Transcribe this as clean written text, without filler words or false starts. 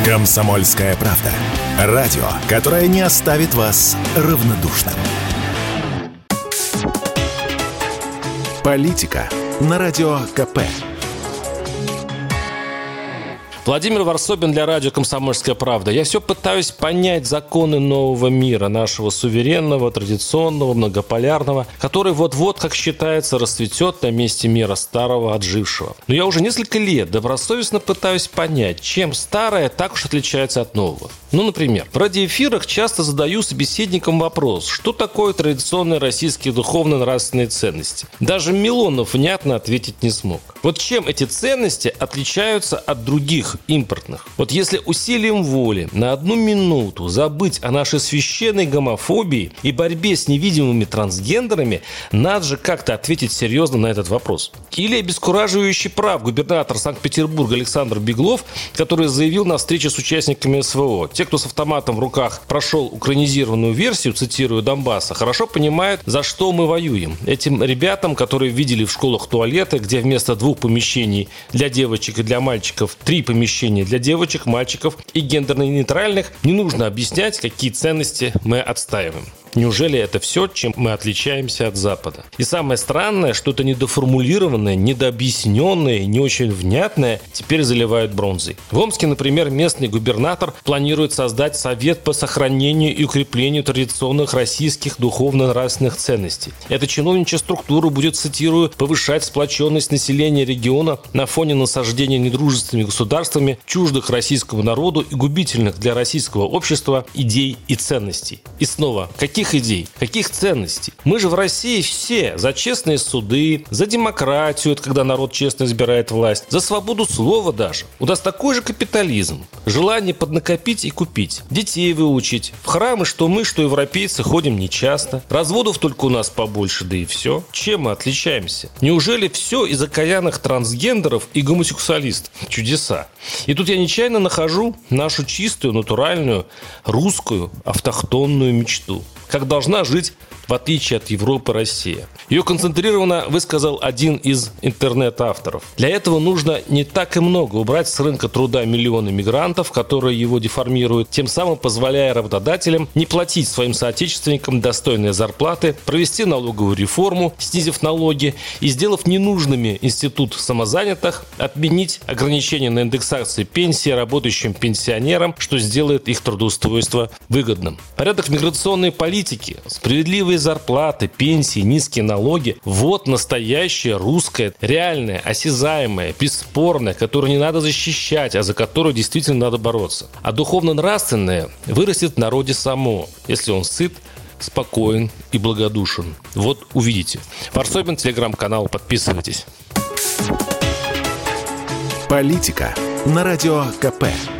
«Комсомольская правда». Радио, которое не оставит вас равнодушным. Политика на Радио КП. Владимир Варсобин для радио «Комсомольская правда». Я все пытаюсь понять законы нового мира, нашего суверенного, традиционного, многополярного, который вот-вот, как считается, расцветет на месте мира старого, отжившего. Но я уже несколько лет добросовестно пытаюсь понять, чем старое так уж отличается от нового. Например, в радиоэфирах часто задаю собеседникам вопрос, что такое традиционные российские духовно-нравственные ценности. Даже Милонов внятно ответить не смог. Вот чем эти ценности отличаются от других импортных? Вот если усилием воли на 1 минуту забыть о нашей священной гомофобии и борьбе с невидимыми трансгендерами, надо же как-то ответить серьезно на этот вопрос. Или обескураживающий прав губернатор Санкт-Петербурга Александр Беглов, который заявил на встрече с участниками СВО: те, кто с автоматом в руках прошел украинизированную версию, цитирую, Донбасса, хорошо понимают, за что мы воюем. Этим ребятам, которые видели в школах туалеты, где вместо 2 помещений для девочек и для мальчиков 3 помещения для девочек, мальчиков и гендерно-нейтральных, не нужно объяснять, какие ценности мы отстаиваем. Неужели это все, чем мы отличаемся от Запада? И самое странное, что это недоформулированное, недообъясненное, не очень внятное теперь заливают бронзой. В Омске, например, местный губернатор планирует создать совет по сохранению и укреплению традиционных российских духовно-нравственных ценностей. Эта чиновничья структура будет, цитирую, повышать сплоченность населения региона на фоне насаждения недружественными государствами чуждых российскому народу и губительных для российского общества идей и ценностей. И снова, каких идей? Каких ценностей? Мы же в России все за честные суды, за демократию, это когда народ честно избирает власть, за свободу слова даже. У нас такой же капитализм. Желание поднакопить и купить. Детей выучить. В храмы что мы, что европейцы ходим нечасто. Разводов только у нас побольше, да и все. Чем мы отличаемся? Неужели все из окаянных трансгендеров и гомосексуалистов? Чудеса. И тут я нечаянно нахожу нашу чистую, натуральную, русскую, автохтонную мечту. Как должна жить, в отличие от Европы, Россия. Ее концентрированно высказал один из интернет-авторов. Для этого нужно не так и много убрать с рынка труда миллионы мигрантов, которые его деформируют, тем самым позволяя работодателям не платить своим соотечественникам достойные зарплаты, провести налоговую реформу, снизив налоги и сделав ненужными институт самозанятых, отменить ограничения на индексацию пенсии работающим пенсионерам, что сделает их трудоустройство выгодным. Порядок миграционной политики, справедливые зарплаты, пенсии, низкие налоги – вот настоящее русское, реальное, осязаемое, бесспорное, которое не надо защищать, а за которое действительно надо бороться. А духовно-нравственное вырастет в народе само, если он сыт, спокоен и благодушен. Вот увидите. Варсобин, телеграм-канал, подписывайтесь. Политика на Радио КП.